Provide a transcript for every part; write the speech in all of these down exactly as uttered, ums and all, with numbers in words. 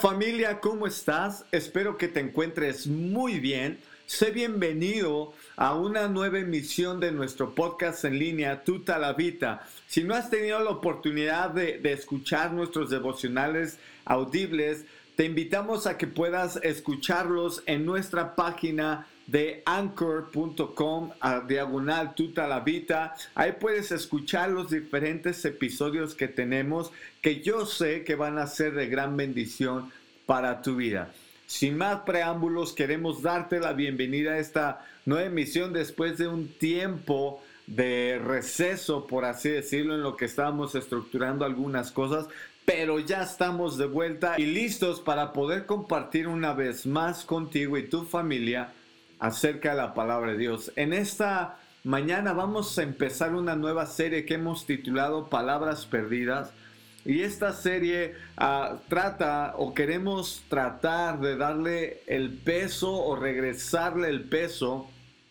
Familia, ¿cómo estás? Espero que te encuentres muy bien. Sé bienvenido a una nueva emisión de nuestro podcast en línea, Tuta la Vita. Si no has tenido la oportunidad de, de escuchar nuestros devocionales audibles, te invitamos a que puedas escucharlos en nuestra página de anchor punto com a diagonal Tuta la Vita. Ahí puedes escuchar los diferentes episodios que tenemos, que yo sé que van a ser de gran bendición para tu vida. Sin más preámbulos, queremos darte la bienvenida a esta nueva emisión después de un tiempo de receso, por así decirlo, en lo que estábamos estructurando algunas cosas, pero ya estamos de vuelta y listos para poder compartir una vez más contigo y tu familia acerca de la palabra de Dios. En esta mañana vamos a empezar una nueva serie que hemos titulado Palabras Perdidas. Y esta serie uh, trata o queremos tratar de darle el peso o regresarle el peso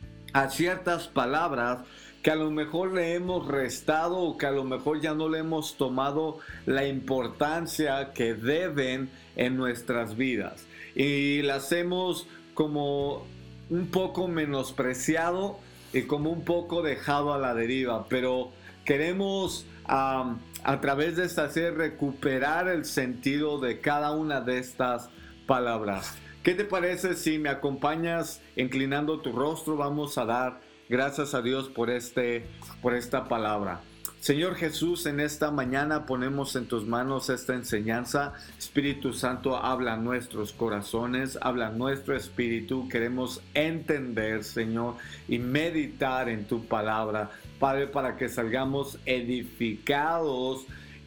a ciertas palabras que a lo mejor le hemos restado o que a lo mejor ya no le hemos tomado la importancia que deben en nuestras vidas. Y las hemos como un poco menospreciado y como un poco dejado a la deriva, pero queremos um, a través de esta serie recuperar el sentido de cada una de estas palabras. ¿Qué te parece si me acompañas inclinando tu rostro? Vamos a dar gracias a Dios por, este, por esta palabra. Señor Jesús, en esta mañana ponemos en tus manos esta enseñanza. Espíritu Santo, habla nuestros corazones, habla nuestro espíritu. Queremos entender, Señor, y meditar en tu palabra, Padre, para que salgamos edificados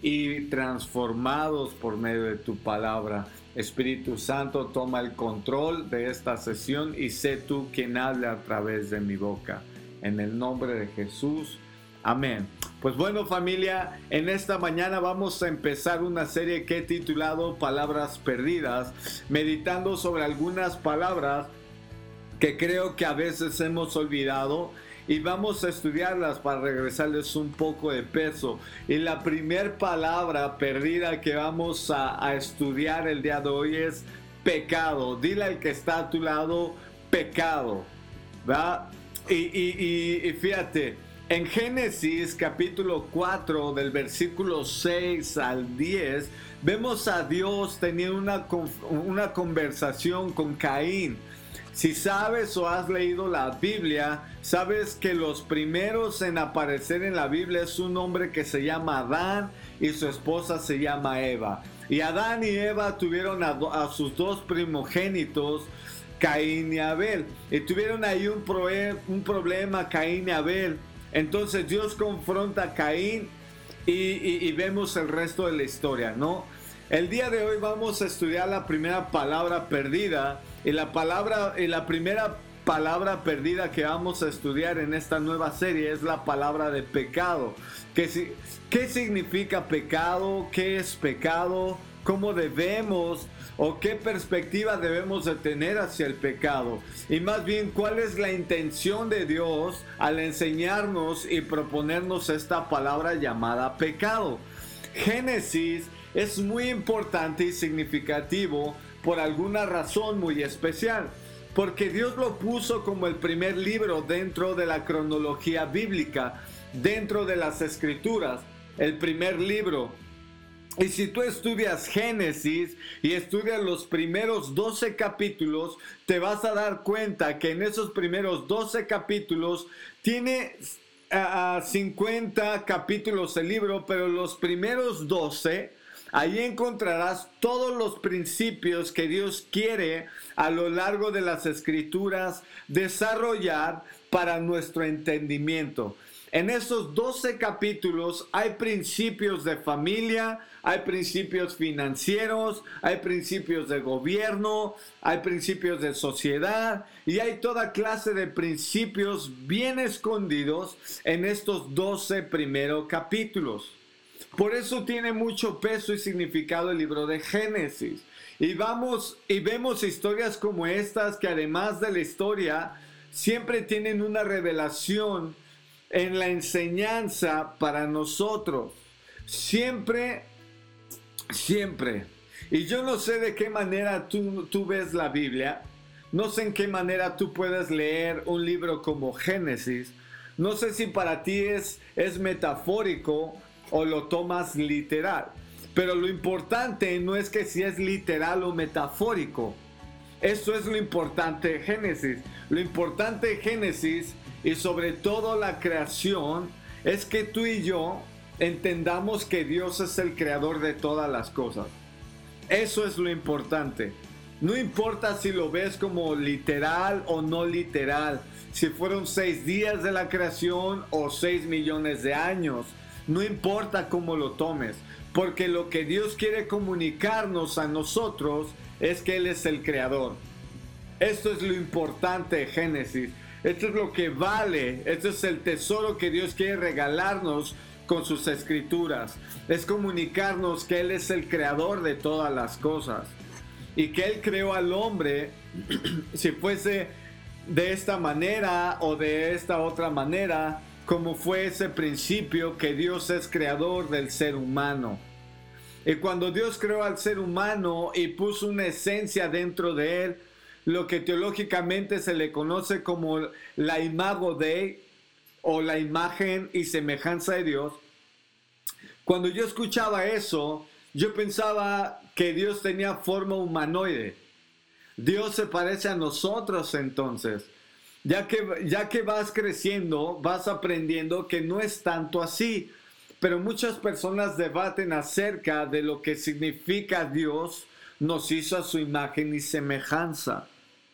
y transformados por medio de tu palabra. Espíritu Santo, toma el control de esta sesión y sé tú quien hable a través de mi boca. En el nombre de Jesús. Amén. Pues bueno, familia, en esta mañana vamos a empezar una serie que he titulado Palabras Perdidas, meditando sobre algunas palabras que creo que a veces hemos olvidado y vamos a estudiarlas para regresarles un poco de peso. Y la primer palabra perdida que vamos a, a estudiar el día de hoy es pecado. Dile al que está a tu lado, pecado, ¿verdad? Y, y, y, y fíjate, en Génesis capítulo cuatro del versículo seis al diez vemos a Dios teniendo una, una conversación con Caín. Si sabes o has leído la Biblia, sabes que los primeros en aparecer en la Biblia es un hombre que se llama Adán y su esposa se llama Eva. Y Adán y Eva tuvieron a, a sus dos primogénitos, Caín y Abel. Y tuvieron ahí un, pro, un problema, Caín y Abel. Entonces Dios confronta a Caín y, y, y vemos el resto de la historia, ¿no? El día de hoy vamos a estudiar la primera palabra perdida y la, palabra, y la primera palabra perdida que vamos a estudiar en esta nueva serie es la palabra de pecado. ¿Qué, qué significa pecado? ¿Qué es pecado? ¿Cómo debemos o qué perspectiva debemos de tener hacia el pecado? Y más bien, ¿cuál es la intención de Dios al enseñarnos y proponernos esta palabra llamada pecado? Génesis es muy importante y significativo por alguna razón muy especial, porque Dios lo puso como el primer libro dentro de la cronología bíblica, dentro de las escrituras, el primer libro. Y si tú estudias Génesis y estudias los primeros doce capítulos, te vas a dar cuenta que en esos primeros doce capítulos tiene uh, cincuenta capítulos el libro, pero los primeros doce, ahí encontrarás todos los principios que Dios quiere a lo largo de las escrituras desarrollar para nuestro entendimiento. En esos doce capítulos hay principios de familia, hay principios financieros, hay principios de gobierno, hay principios de sociedad y hay toda clase de principios bien escondidos en estos doce primeros capítulos. Por eso tiene mucho peso y significado el libro de Génesis. Y vamos y vemos historias como estas que además de la historia siempre tienen una revelación en la enseñanza para nosotros. Siempre, siempre Y yo no sé de qué manera tú, tú ves la Biblia, no sé en qué manera tú puedes leer un libro como Génesis, no sé si para ti es, es metafórico o lo tomas literal, pero lo importante no es que si es literal o metafórico, eso es lo importante de Génesis. Lo importante de Génesis y sobre todo la creación es que tú y yo entendamos que Dios es el creador de todas las cosas. Eso es lo importante. No importa si lo ves como literal o no literal, si fueron seis días de la creación o seis millones de años, no importa cómo lo tomes, porque lo que Dios quiere comunicarnos a nosotros es que Él es el creador. Esto es lo importante de Génesis. Esto es lo que vale. Esto es el tesoro que Dios quiere regalarnos con sus escrituras. Es comunicarnos que Él es el creador de todas las cosas. Y que Él creó al hombre, si fuese de esta manera o de esta otra manera, como fue ese principio que Dios es creador del ser humano. Y cuando Dios creó al ser humano y puso una esencia dentro de él, lo que teológicamente se le conoce como la imago Dei, o la imagen y semejanza de Dios, cuando yo escuchaba eso, yo pensaba que Dios tenía forma humanoide. Dios se parece a nosotros entonces. Ya que, ya que vas creciendo, vas aprendiendo que no es tanto así. Pero muchas personas debaten acerca de lo que significa Dios nos hizo a su imagen y semejanza.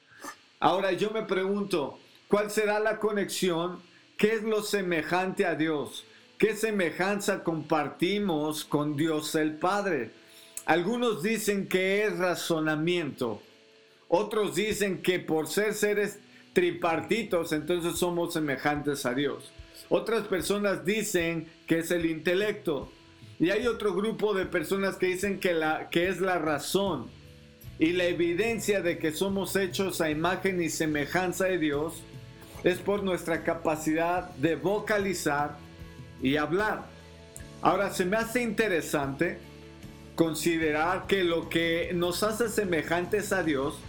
Ahora yo me pregunto, ¿cuál será la conexión? ¿Qué es lo semejante a Dios? ¿Qué semejanza compartimos con Dios el Padre? Algunos dicen que es razonamiento. Otros dicen que por ser seres tripartitos, entonces somos semejantes a Dios. Otras personas dicen que es el intelecto. Y hay otro grupo de personas que dicen que, la, que es la razón. Y la evidencia de que somos hechos a imagen y semejanza de Dios es por nuestra capacidad de vocalizar y hablar. Ahora, se me hace interesante considerar que lo que nos hace semejantes a Dios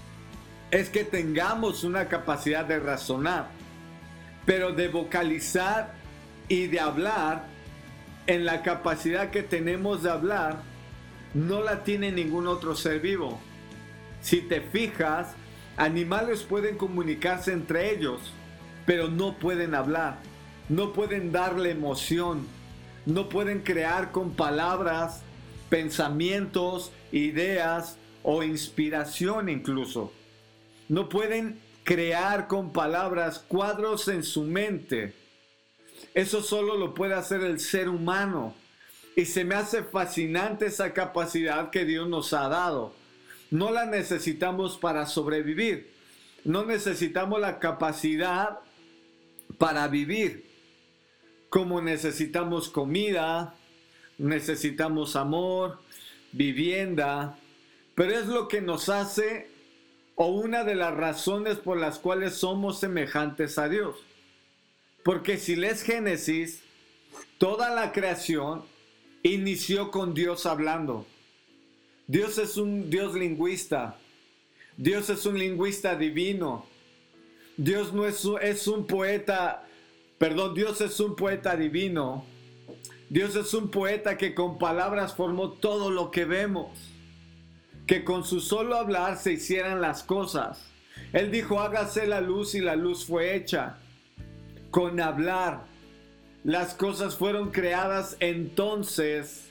es que tengamos una capacidad de razonar, pero de vocalizar y de hablar, en la capacidad que tenemos de hablar, no la tiene ningún otro ser vivo. Si te fijas, animales pueden comunicarse entre ellos, pero no pueden hablar, no pueden darle emoción, no pueden crear con palabras, pensamientos, ideas o inspiración incluso. No pueden crear con palabras cuadros en su mente. Eso solo lo puede hacer el ser humano. Y se me hace fascinante esa capacidad que Dios nos ha dado. No la necesitamos para sobrevivir. No necesitamos la capacidad para vivir. Como necesitamos comida, necesitamos amor, vivienda. Pero es lo que nos hace, o una de las razones por las cuales somos semejantes a Dios. Porque si lees Génesis, toda la creación inició con Dios hablando. Dios es un Dios lingüista. Dios es un lingüista divino. Dios no es un, es un poeta, perdón, Dios es un poeta divino. Dios es un poeta que con palabras formó todo lo que vemos. Que con su solo hablar se hicieran las cosas. Él dijo, hágase la luz, y la luz fue hecha. Con hablar, las cosas fueron creadas entonces.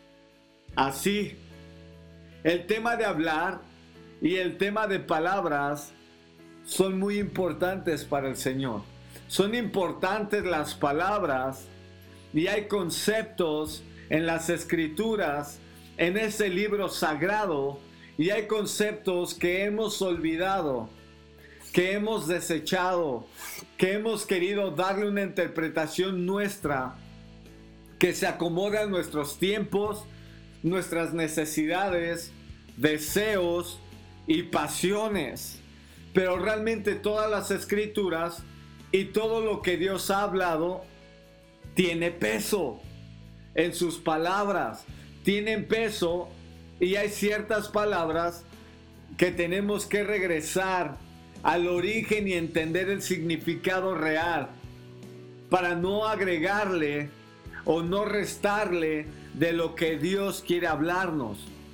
Así, el tema de hablar y el tema de palabras son muy importantes para el Señor. Son importantes las palabras, y hay conceptos en las Escrituras, en ese libro sagrado, y hay conceptos que hemos olvidado, que hemos desechado, que hemos querido darle una interpretación nuestra, que se acomoda a nuestros tiempos, nuestras necesidades, deseos y pasiones. Pero realmente todas las Escrituras y todo lo que Dios ha hablado tiene peso en sus palabras, tienen peso Y hay ciertas palabras que tenemos que regresar al origen y entender el significado real para no agregarle o no restarle de lo que Dios quiere hablarnos.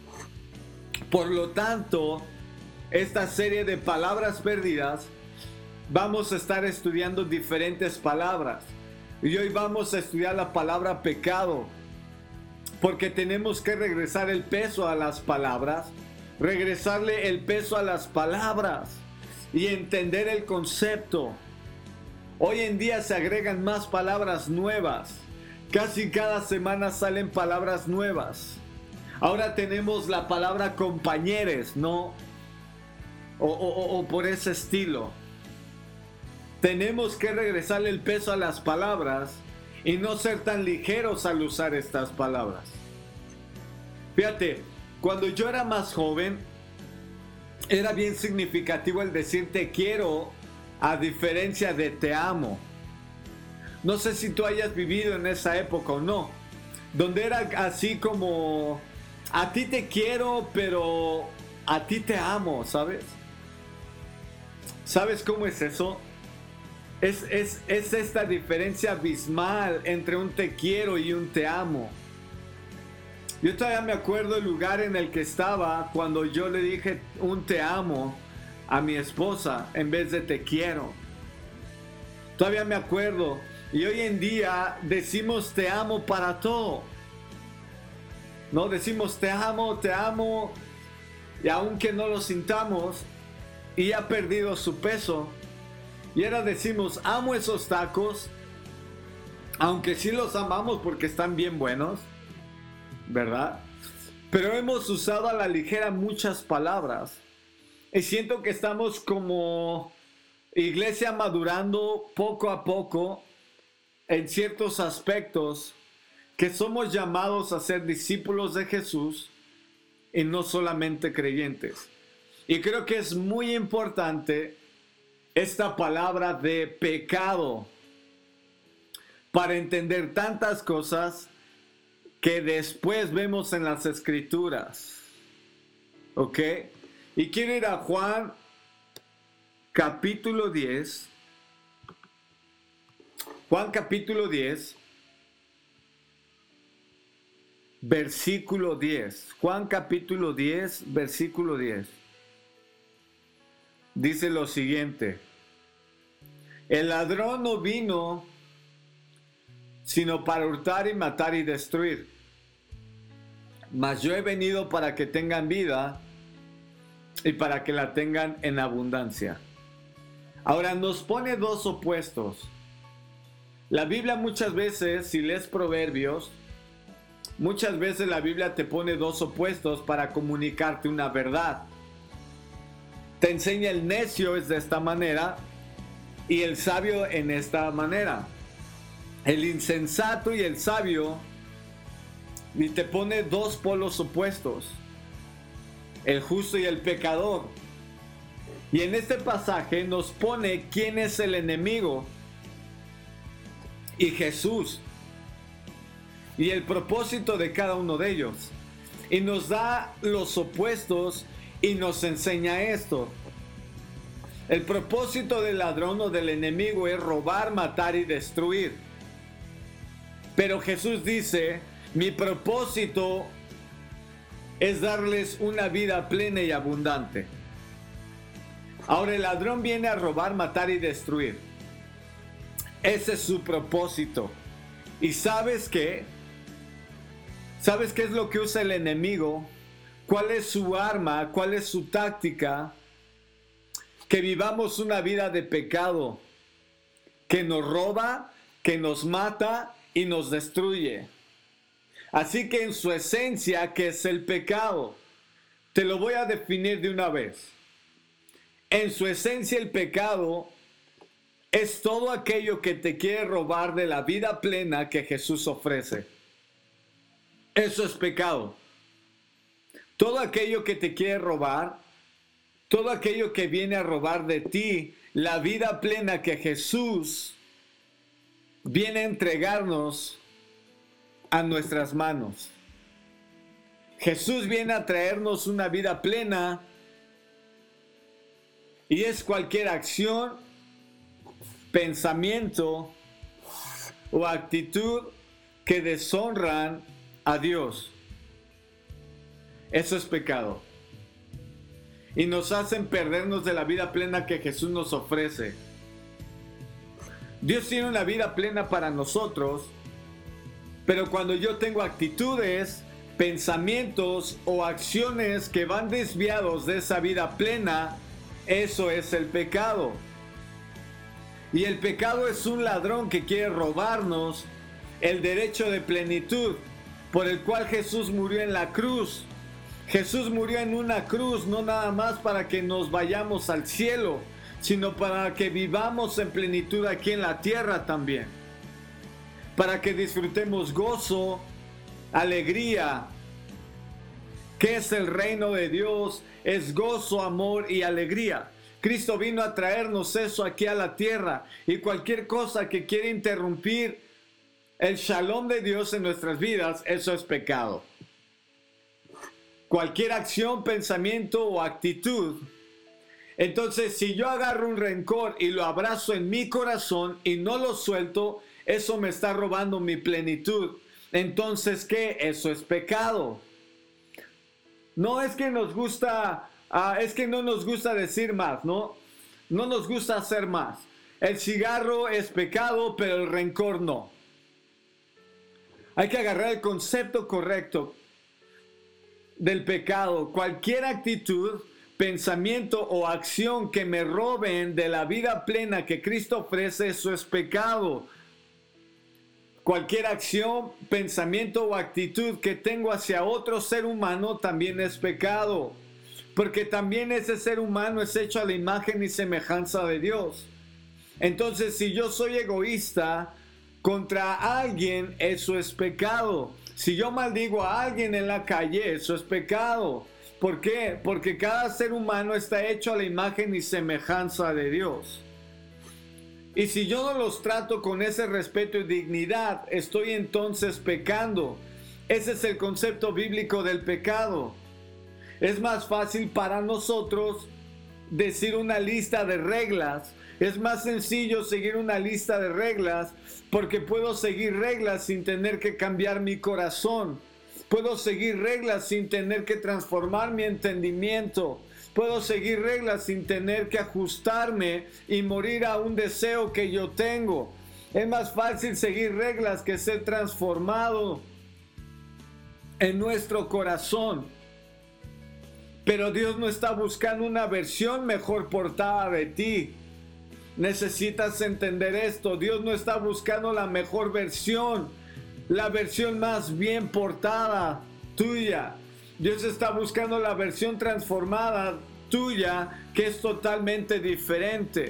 Por lo tanto, esta serie de palabras perdidas, vamos a estar estudiando diferentes palabras. Y hoy vamos a estudiar la palabra pecado, porque tenemos que regresar el peso a las palabras, regresarle el peso a las palabras y entender el concepto. Hoy en día se agregan más palabras nuevas. Casi cada semana salen palabras nuevas. Ahora tenemos la palabra compañeros, ¿no? O, o, o por ese estilo. Tenemos que regresarle el peso a las palabras y no ser tan ligeros al usar estas palabras. Fíjate, cuando yo era más joven, era bien significativo el decir te quiero a diferencia de te amo. No sé si tú hayas vivido en esa época o no, donde era así como a ti te quiero, pero a ti te amo, ¿sabes? ¿Sabes cómo es eso? Es, es, es esta diferencia abismal entre un te quiero y un te amo. Yo todavía me acuerdo el lugar en el que estaba cuando yo le dije un te amo a mi esposa en vez de te quiero. Todavía me acuerdo. Y hoy en día decimos te amo para todo. No decimos te amo, te amo. Y aunque no lo sintamos y ha perdido su peso. Y ahora decimos amo esos tacos. Aunque sí los amamos porque están bien buenos, ¿verdad? Pero hemos usado a la ligera muchas palabras. Y siento que estamos como iglesia madurando poco a poco en ciertos aspectos, que somos llamados a ser discípulos de Jesús y no solamente creyentes. Y creo que es muy importante esta palabra de pecado para entender tantas cosas que después vemos en las escrituras. ¿Ok? Y quiero ir a Juan capítulo diez. Juan capítulo diez. Versículo diez. Juan capítulo diez, versículo diez. Dice lo siguiente. El ladrón no vino sino para hurtar y matar y destruir. Mas yo he venido para que tengan vida y para que la tengan en abundancia. Ahora nos pone dos opuestos. La Biblia muchas veces, si lees Proverbios, muchas veces la Biblia te pone dos opuestos para comunicarte una verdad. Te enseña el necio es de esta manera y el sabio en esta manera. El insensato y el sabio, y te pone dos polos opuestos, el justo y el pecador. Y en este pasaje nos pone quién es el enemigo y Jesús y el propósito de cada uno de ellos, y nos da los opuestos y nos enseña esto. El propósito del ladrón o del enemigo es robar, matar y destruir. Pero Jesús dice, mi propósito es darles una vida plena y abundante. Ahora el ladrón viene a robar, matar y destruir. Ese es su propósito. ¿Y sabes qué? ¿Sabes qué es lo que usa el enemigo? ¿Cuál es su arma? ¿Cuál es su táctica? Que vivamos una vida de pecado, que nos roba, que nos mata y nos destruye. Así que en su esencia, ¿qué es el pecado? Te lo voy a definir de una vez. En su esencia, el pecado es todo aquello que te quiere robar de la vida plena que Jesús ofrece. Eso es pecado. Todo aquello que te quiere robar, todo aquello que viene a robar de ti la vida plena que Jesús viene a entregarnos a nuestras manos. Jesús viene a traernos una vida plena y es cualquier acción, pensamiento o actitud que deshonran a Dios. Eso es pecado. Y nos hacen perdernos de la vida plena que Jesús nos ofrece. Dios tiene una vida plena para nosotros, pero cuando yo tengo actitudes, pensamientos o acciones que van desviados de esa vida plena, eso es el pecado. Y el pecado es un ladrón que quiere robarnos el derecho de plenitud por el cual Jesús murió en la cruz. Jesús murió en una cruz no nada más para que nos vayamos al cielo, sino para que vivamos en plenitud aquí en la tierra también. Para que disfrutemos gozo, alegría. ¿Qué es el reino de Dios? Es gozo, amor y alegría. Cristo vino a traernos eso aquí a la tierra, y cualquier cosa que quiera interrumpir el shalom de Dios en nuestras vidas, eso es pecado. Cualquier acción, pensamiento o actitud. Entonces, si yo agarro un rencor y lo abrazo en mi corazón y no lo suelto, eso me está robando mi plenitud. Entonces, ¿qué? Eso es pecado. No es que nos gusta, uh, es que no nos gusta decir más, ¿no? No nos gusta hacer más. El cigarro es pecado, pero el rencor no. Hay que agarrar el concepto correcto del pecado. Cualquier actitud, pensamiento o acción que me roben de la vida plena que Cristo ofrece, eso es pecado. Cualquier acción, pensamiento o actitud que tengo hacia otro ser humano también es pecado. Porque también ese ser humano es hecho a la imagen y semejanza de Dios. Entonces, si yo soy egoísta contra alguien, eso es pecado. Si yo maldigo a alguien en la calle, eso es pecado. ¿Por qué? Porque cada ser humano está hecho a la imagen y semejanza de Dios. Y si yo no los trato con ese respeto y dignidad, estoy entonces pecando. Ese es el concepto bíblico del pecado. Es más fácil para nosotros decir una lista de reglas. Es más sencillo seguir una lista de reglas porque puedo seguir reglas sin tener que cambiar mi corazón. Puedo seguir reglas sin tener que transformar mi entendimiento. Puedo seguir reglas sin tener que ajustarme y morir a un deseo que yo tengo. Es más fácil seguir reglas que ser transformado en nuestro corazón. Pero Dios no está buscando una versión mejor portada de ti. Necesitas entender esto. Dios no está buscando la mejor versión, la versión más bien portada tuya. Dios está buscando la versión transformada tuya, que es totalmente diferente.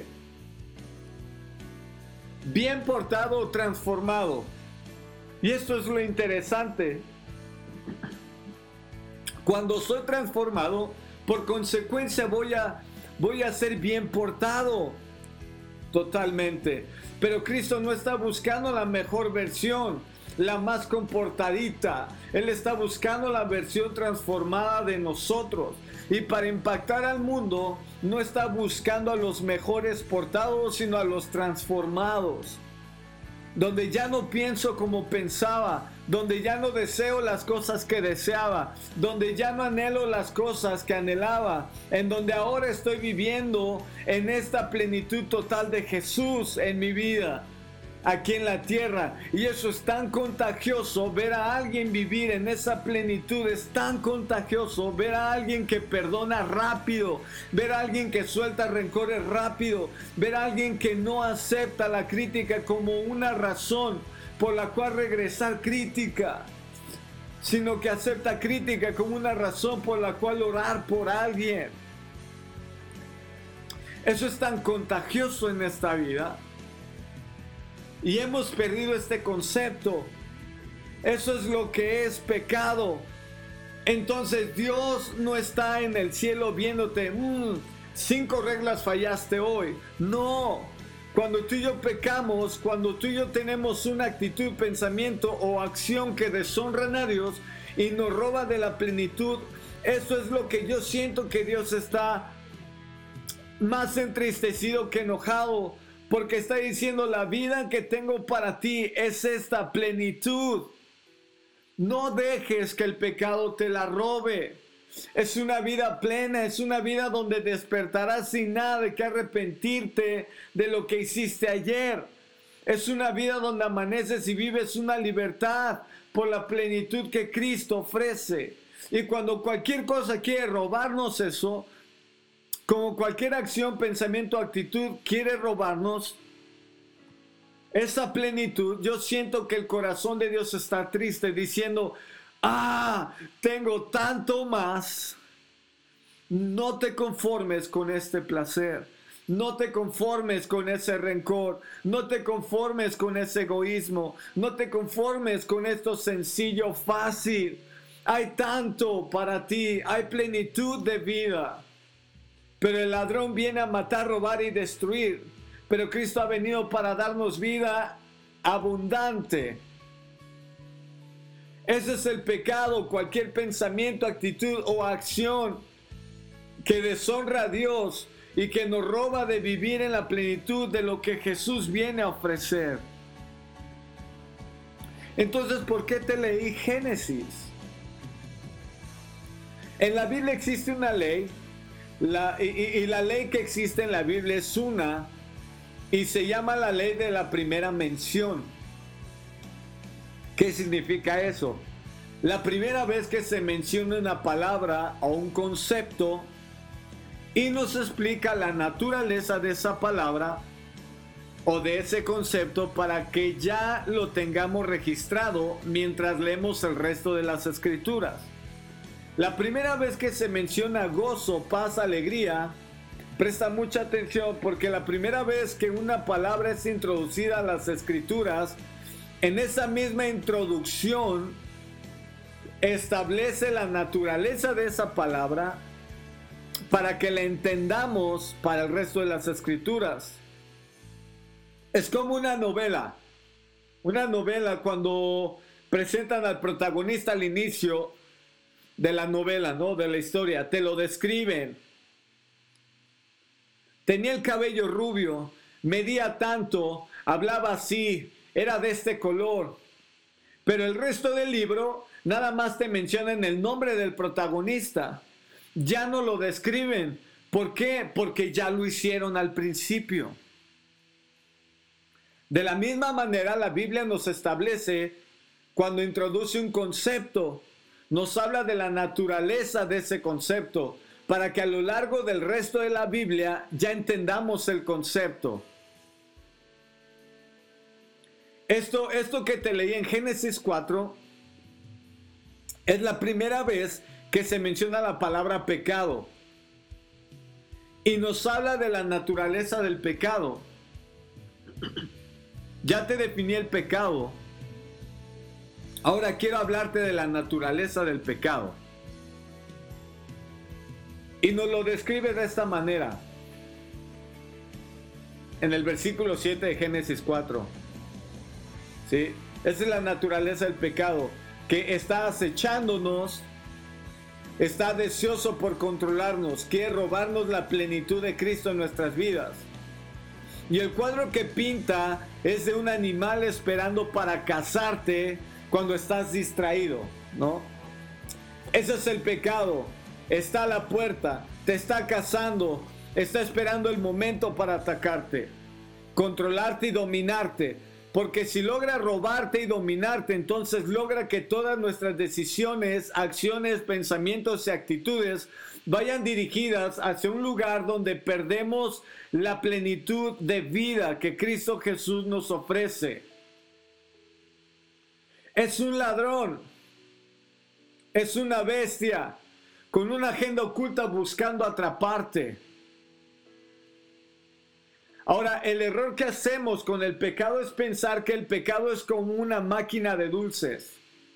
Bien portado o transformado. Y esto es lo interesante. Cuando soy transformado, por consecuencia voy a, voy a ser bien portado. Totalmente. Pero Cristo no está buscando la mejor versión, la más comportadita. Él está buscando la versión transformada de nosotros. Y para impactar al mundo, no está buscando a los mejores portados, sino a los transformados. Donde ya no pienso como pensaba, donde ya no deseo las cosas que deseaba, donde ya no anhelo las cosas que anhelaba, en donde ahora estoy viviendo en esta plenitud total de Jesús en mi vida, aquí en la tierra. Y eso es tan contagioso, ver a alguien vivir en esa plenitud es tan contagioso, ver a alguien que perdona rápido, ver a alguien que suelta rencores rápido, ver a alguien que no acepta la crítica como una razón por la cual regresar crítica, sino que acepta crítica como una razón por la cual orar por alguien. Eso es tan contagioso en esta vida. Y hemos perdido este concepto. Eso es lo que es pecado. Entonces Dios no está en el cielo viéndote, mmm, cinco reglas fallaste hoy. No. Cuando tú y yo pecamos, cuando tú y yo tenemos una actitud, pensamiento o acción que deshonran a Dios, y nos roba de la plenitud. Eso es lo que yo siento que Dios está más entristecido que enojado, porque está diciendo: la vida que tengo para ti es esta plenitud. No dejes que el pecado te la robe. Es una vida plena, es una vida donde despertarás sin nada de que arrepentirte de lo que hiciste ayer. Es una vida donde amaneces y vives una libertad por la plenitud que Cristo ofrece. Y cuando cualquier cosa quiere robarnos eso, como cualquier acción, pensamiento, actitud quiere robarnos esa plenitud, yo siento que el corazón de Dios está triste, diciendo: ah, tengo tanto más. No te conformes con este placer. No te conformes con ese rencor. No te conformes con ese egoísmo. No te conformes con esto sencillo, fácil. Hay tanto para ti. Hay plenitud de vida. Pero el ladrón viene a matar, robar y destruir. Pero Cristo ha venido para darnos vida abundante. Ese es el pecado, cualquier pensamiento, actitud o acción que deshonra a Dios y que nos roba de vivir en la plenitud de lo que Jesús viene a ofrecer. Entonces, ¿por qué te leí Génesis? En la Biblia existe una ley, la, y, y la ley que existe en la Biblia es una, y se llama la ley de la primera mención. ¿Qué significa eso? La primera vez que se menciona una palabra o un concepto y nos explica la naturaleza de esa palabra o de ese concepto para que ya lo tengamos registrado mientras leemos el resto de las escrituras. La primera vez que se menciona gozo, paz, alegría, presta mucha atención, porque la primera vez que una palabra es introducida a las escrituras, en esa misma introducción establece la naturaleza de esa palabra para que la entendamos para el resto de las escrituras. Es como una novela. Una novela, cuando presentan al protagonista al inicio de la novela, ¿no? De la historia, te lo describen. Tenía el cabello rubio, medía tanto, hablaba así, era de este color. Pero el resto del libro nada más te mencionan el nombre del protagonista. Ya no lo describen. ¿Por qué? Porque ya lo hicieron al principio. De la misma manera, la Biblia nos establece, cuando introduce un concepto, nos habla de la naturaleza de ese concepto, para que a lo largo del resto de la Biblia ya entendamos el concepto. Esto, esto que te leí en Génesis cuatro es la primera vez que se menciona la palabra pecado. Y nos habla de la naturaleza del pecado. Ya te definí el pecado. Ahora quiero hablarte de la naturaleza del pecado. Y nos lo describe de esta manera. En el versículo siete de Génesis cuatro. ¿Sí? Esa es la naturaleza del pecado, que está acechándonos, está deseoso por controlarnos, quiere robarnos la plenitud de Cristo en nuestras vidas. Y el cuadro que pinta es de un animal esperando para cazarte cuando estás distraído, ¿no? Ese es el pecado. Está a la puerta, te está cazando, está esperando el momento para atacarte, controlarte y dominarte. Porque si logra robarte y dominarte, entonces logra que todas nuestras decisiones, acciones, pensamientos y actitudes vayan dirigidas hacia un lugar donde perdemos la plenitud de vida que Cristo Jesús nos ofrece. Es un ladrón, es una bestia con una agenda oculta buscando atraparte. Ahora, el error que hacemos con el pecado es pensar que el pecado es como una máquina de dulces,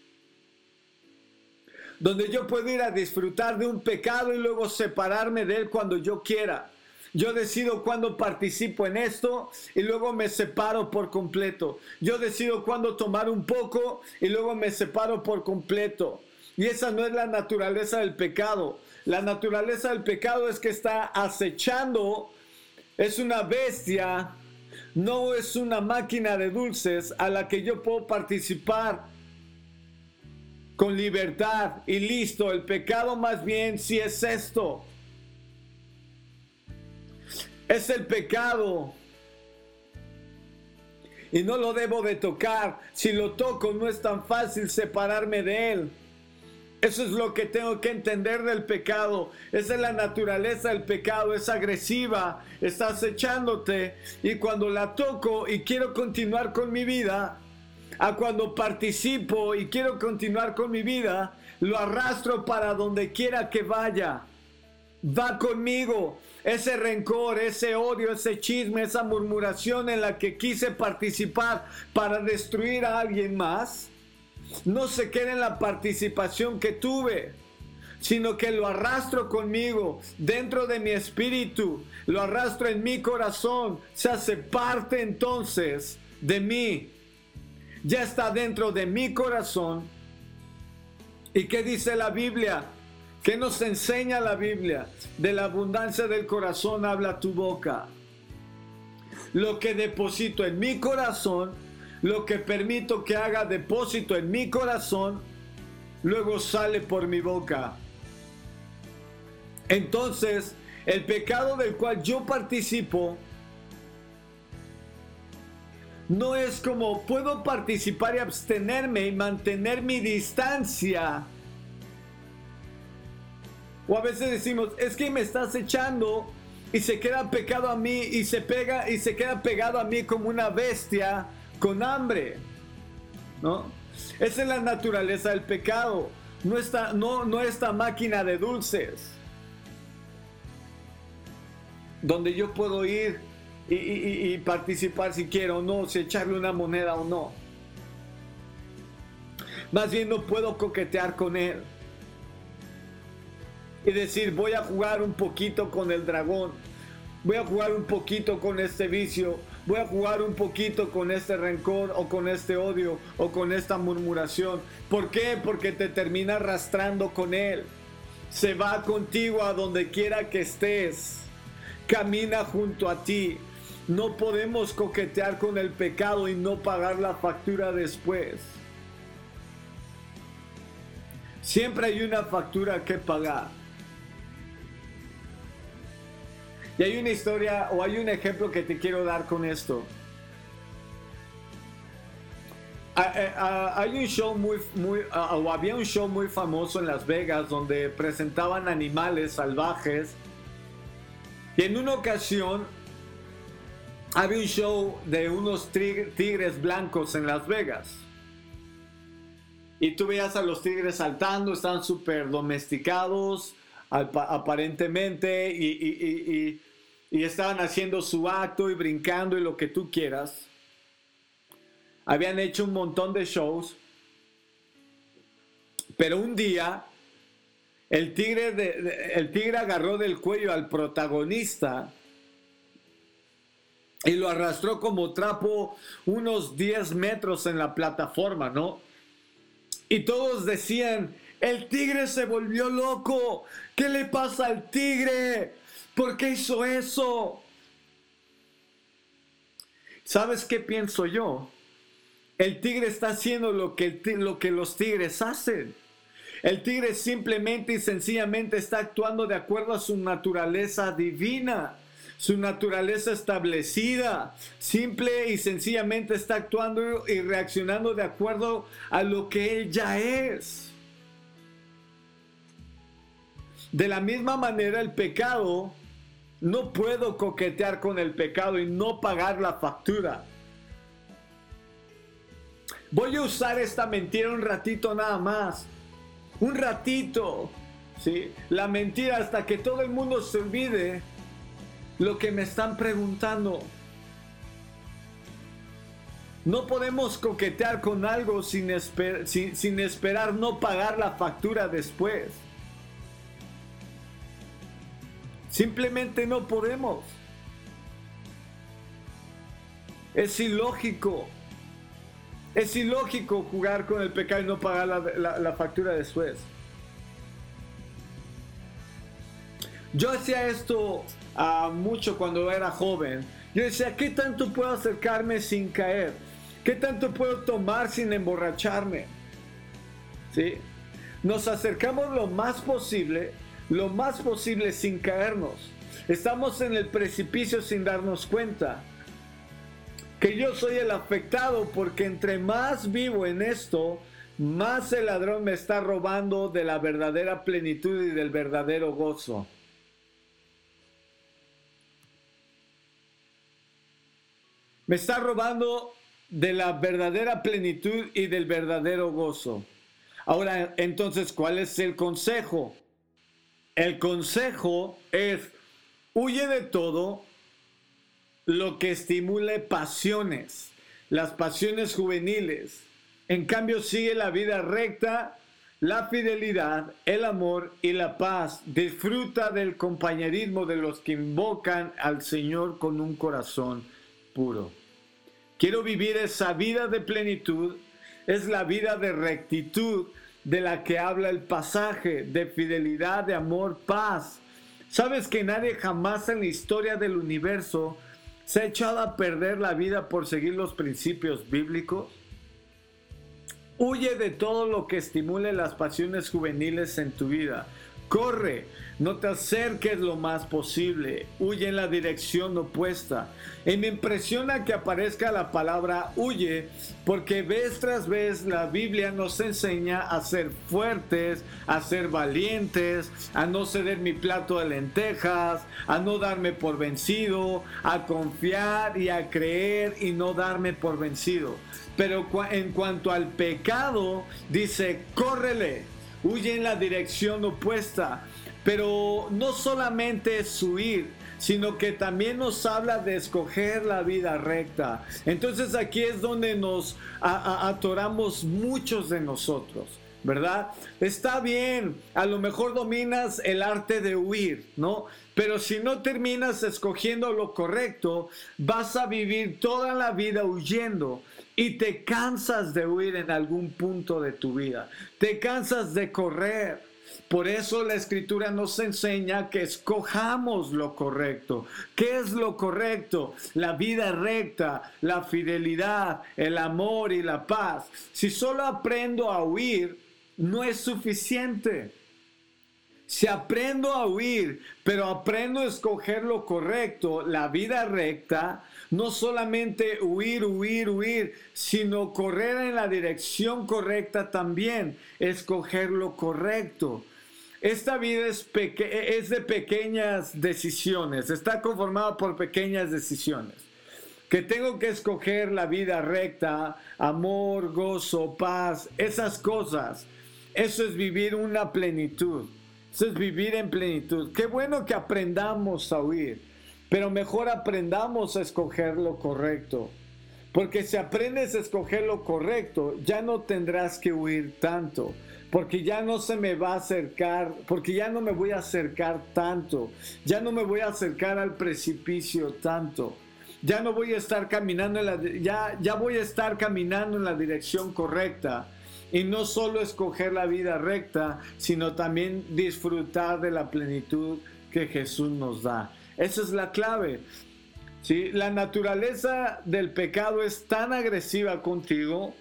donde yo puedo ir a disfrutar de un pecado y luego separarme de él cuando yo quiera. Yo decido cuándo participo en esto y luego me separo por completo. Yo decido cuándo tomar un poco y luego me separo por completo. Y esa no es la naturaleza del pecado. La naturaleza del pecado es que está acechando, es una bestia, no es una máquina de dulces a la que yo puedo participar con libertad y listo. El pecado más bien sí es esto. Es el pecado. Y no lo debo de tocar. Si lo toco no es tan fácil separarme de él. Eso es lo que tengo que entender del pecado. Esa es la naturaleza del pecado. Es agresiva. Está acechándote. Y cuando la toco y quiero continuar con mi vida, a cuando participo y quiero continuar con mi vida, lo arrastro para donde quiera que vaya. Va conmigo. Ese rencor, ese odio, ese chisme, esa murmuración en la que quise participar para destruir a alguien más, no se queda en la participación que tuve, sino que lo arrastro conmigo, dentro de mi espíritu, lo arrastro en mi corazón, se hace parte entonces de mí, ya está dentro de mi corazón. ¿Y qué dice la Biblia? ¿Qué nos enseña la Biblia? De la abundancia del corazón habla tu boca. Lo que deposito en mi corazón, lo que permito que haga depósito en mi corazón, luego sale por mi boca. Entonces, el pecado del cual yo participo, no es como puedo participar y abstenerme y mantener mi distancia. O a veces decimos, es que me estás echando y se queda pegado a mí y se pega y se queda pegado a mí como una bestia con hambre, ¿no? Esa es la naturaleza del pecado. No esta, no, no esta máquina de dulces donde yo puedo ir y, y, y participar si quiero o no, si echarle una moneda o no. Más bien no puedo coquetear con él y decir, voy a jugar un poquito con el dragón, voy a jugar un poquito con este vicio, voy a jugar un poquito con este rencor o con este odio o con esta murmuración. ¿Por qué? Porque te termina arrastrando con él. Se va contigo a donde quiera que estés. Camina junto a ti. No podemos coquetear con el pecado y no pagar la factura después. Siempre hay una factura que pagar. Y hay una historia o hay un ejemplo que te quiero dar con esto. Hay un show muy, muy, o había un show muy famoso en Las Vegas donde presentaban animales salvajes. Y en una ocasión había un show de unos tigres blancos en Las Vegas. Y tú veías a los tigres saltando, estaban súper domesticados aparentemente y, y, y, y y estaban haciendo su acto y brincando y lo que tú quieras. Habían hecho un montón de shows. Pero un día, el tigre, de, de, el tigre agarró del cuello al protagonista y lo arrastró como trapo unos diez metros en la plataforma, ¿no? Y todos decían, el tigre se volvió loco. ¿Qué le pasa al tigre? ¿Por qué hizo eso? ¿Sabes qué pienso yo? El tigre está haciendo lo que, lo que los tigres hacen. El tigre simplemente y sencillamente está actuando de acuerdo a su naturaleza divina, su naturaleza establecida. Simple y sencillamente está actuando y reaccionando de acuerdo a lo que él ya es. De la misma manera, el pecado, no puedo coquetear con el pecado y no pagar la factura. Voy a usar esta mentira un ratito nada más. Un ratito, ¿sí? La mentira hasta que todo el mundo se olvide lo que me están preguntando. No podemos coquetear con algo sin, esper sin, sin esperar no pagar la factura después. Simplemente no podemos. Es ilógico. Es ilógico jugar con el pecado y no pagar la, la, la factura después. Yo hacía esto uh, mucho cuando era joven. Yo decía, ¿qué tanto puedo acercarme sin caer? ¿Qué tanto puedo tomar sin emborracharme? ¿Sí? Nos acercamos lo más posible, lo más posible sin caernos. Estamos en el precipicio sin darnos cuenta. Que yo soy el afectado porque entre más vivo en esto, más el ladrón me está robando de la verdadera plenitud y del verdadero gozo. Me está robando de la verdadera plenitud y del verdadero gozo. Ahora, entonces, ¿cuál es el consejo? El consejo es, huye de todo lo que estimule pasiones, las pasiones juveniles. En cambio, sigue la vida recta, la fidelidad, el amor y la paz. Disfruta del compañerismo de los que invocan al Señor con un corazón puro. Quiero vivir esa vida de plenitud, es la vida de rectitud de la que habla el pasaje, de fidelidad, de amor, paz. ¿Sabes que nadie jamás en la historia del universo se ha echado a perder la vida por seguir los principios bíblicos? Huye de todo lo que estimule las pasiones juveniles en tu vida. Corre, no te acerques lo más posible, huye en la dirección opuesta. Y me impresiona que aparezca la palabra huye, porque vez tras vez la Biblia nos enseña a ser fuertes, a ser valientes, a no ceder mi plato de lentejas, a no darme por vencido, a confiar y a creer y no darme por vencido. Pero en cuanto al pecado, dice, córrele. Huye en la dirección opuesta, pero no solamente es huir, sino que también nos habla de escoger la vida recta. Entonces aquí es donde nos a, a, atoramos muchos de nosotros, ¿verdad? Está bien, a lo mejor dominas el arte de huir, ¿no? Pero si no terminas escogiendo lo correcto, vas a vivir toda la vida huyendo. Y te cansas de huir en algún punto de tu vida. Te cansas de correr. Por eso la Escritura nos enseña que escojamos lo correcto. ¿Qué es lo correcto? La vida recta, la fidelidad, el amor y la paz. Si solo aprendo a huir, no es suficiente. Si aprendo a huir, pero aprendo a escoger lo correcto, la vida recta, no solamente huir, huir, huir, sino correr en la dirección correcta también, escoger lo correcto. Esta vida es, peque- es de pequeñas decisiones, está conformada por pequeñas decisiones. Que tengo que escoger la vida recta, amor, gozo, paz, esas cosas. Eso es vivir una plenitud. Eso es vivir en plenitud. Qué bueno que aprendamos a huir, pero mejor aprendamos a escoger lo correcto. Porque si aprendes a escoger lo correcto, ya no tendrás que huir tanto. Porque ya no se me va a acercar, porque ya no me voy a acercar tanto. Ya no me voy a acercar al precipicio tanto. Ya no voy a estar caminando en la, ya, ya voy a estar caminando en la dirección correcta. Y no solo escoger la vida recta, sino también disfrutar de la plenitud que Jesús nos da. Esa es la clave. ¿Sí? La naturaleza del pecado es tan agresiva contigo.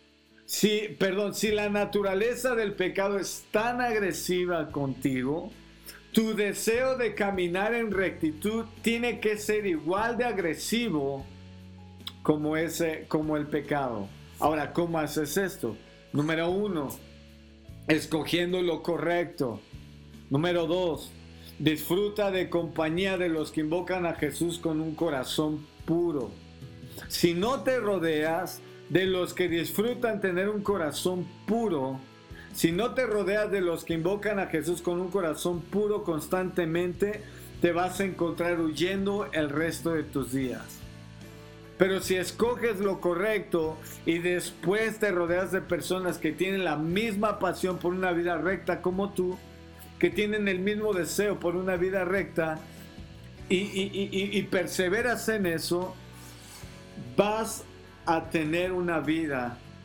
Sí, perdón, si la naturaleza del pecado es tan agresiva contigo, tu deseo de caminar en rectitud tiene que ser igual de agresivo como, ese, como el pecado. Ahora, ¿cómo haces esto? Número uno, escogiendo lo correcto. Número dos, disfruta de compañía de los que invocan a Jesús con un corazón puro. Si no te rodeas de los que disfrutan tener un corazón puro, si no te rodeas de los que invocan a Jesús con un corazón puro constantemente, te vas a encontrar huyendo el resto de tus días. Pero si escoges lo correcto y después te rodeas de personas que tienen la misma pasión por una vida recta como tú, que tienen el mismo deseo por una vida recta y, y, y, y perseveras en eso, vas a tener una vida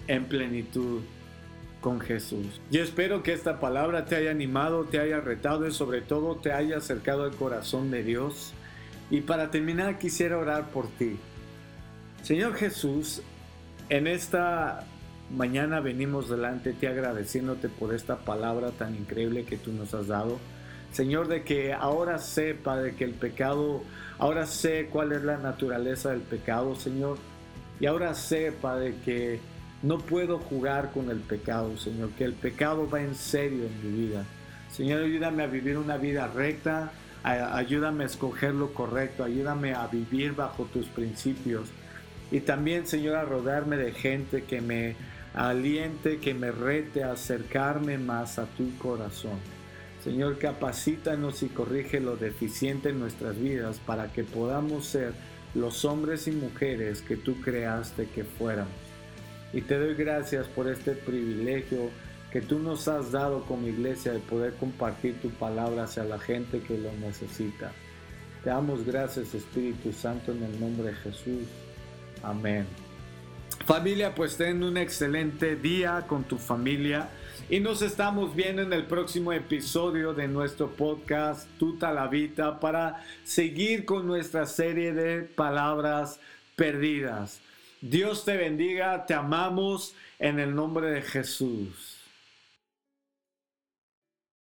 en plenitud con Jesús. Yo espero que esta palabra te haya animado, te haya retado y sobre todo te haya acercado al corazón de Dios. Y para terminar quisiera orar por ti. Señor Jesús, en esta mañana venimos delante de ti agradeciéndote por esta palabra tan increíble que tú nos has dado. Señor, de que ahora sé, Padre, que el pecado, ahora sé cuál es la naturaleza del pecado, Señor. Y ahora sé, Padre, que no puedo jugar con el pecado, Señor, que el pecado va en serio en mi vida. Señor, ayúdame a vivir una vida recta, a, ayúdame a escoger lo correcto, ayúdame a vivir bajo tus principios. Y también, Señor, a rodearme de gente que me aliente, que me rete a acercarme más a tu corazón. Señor, capacítanos y corrige lo deficiente en nuestras vidas para que podamos ser los hombres y mujeres que tú creaste que fuéramos. Y te doy gracias por este privilegio que tú nos has dado como iglesia de poder compartir tu palabra hacia la gente que lo necesita. Te damos gracias, Espíritu Santo, en el nombre de Jesús. Amén. Familia, pues ten un excelente día con tu familia y nos estamos viendo en el próximo episodio de nuestro podcast Tuta la Vita para seguir con nuestra serie de palabras perdidas. Dios te bendiga, te amamos en el nombre de Jesús.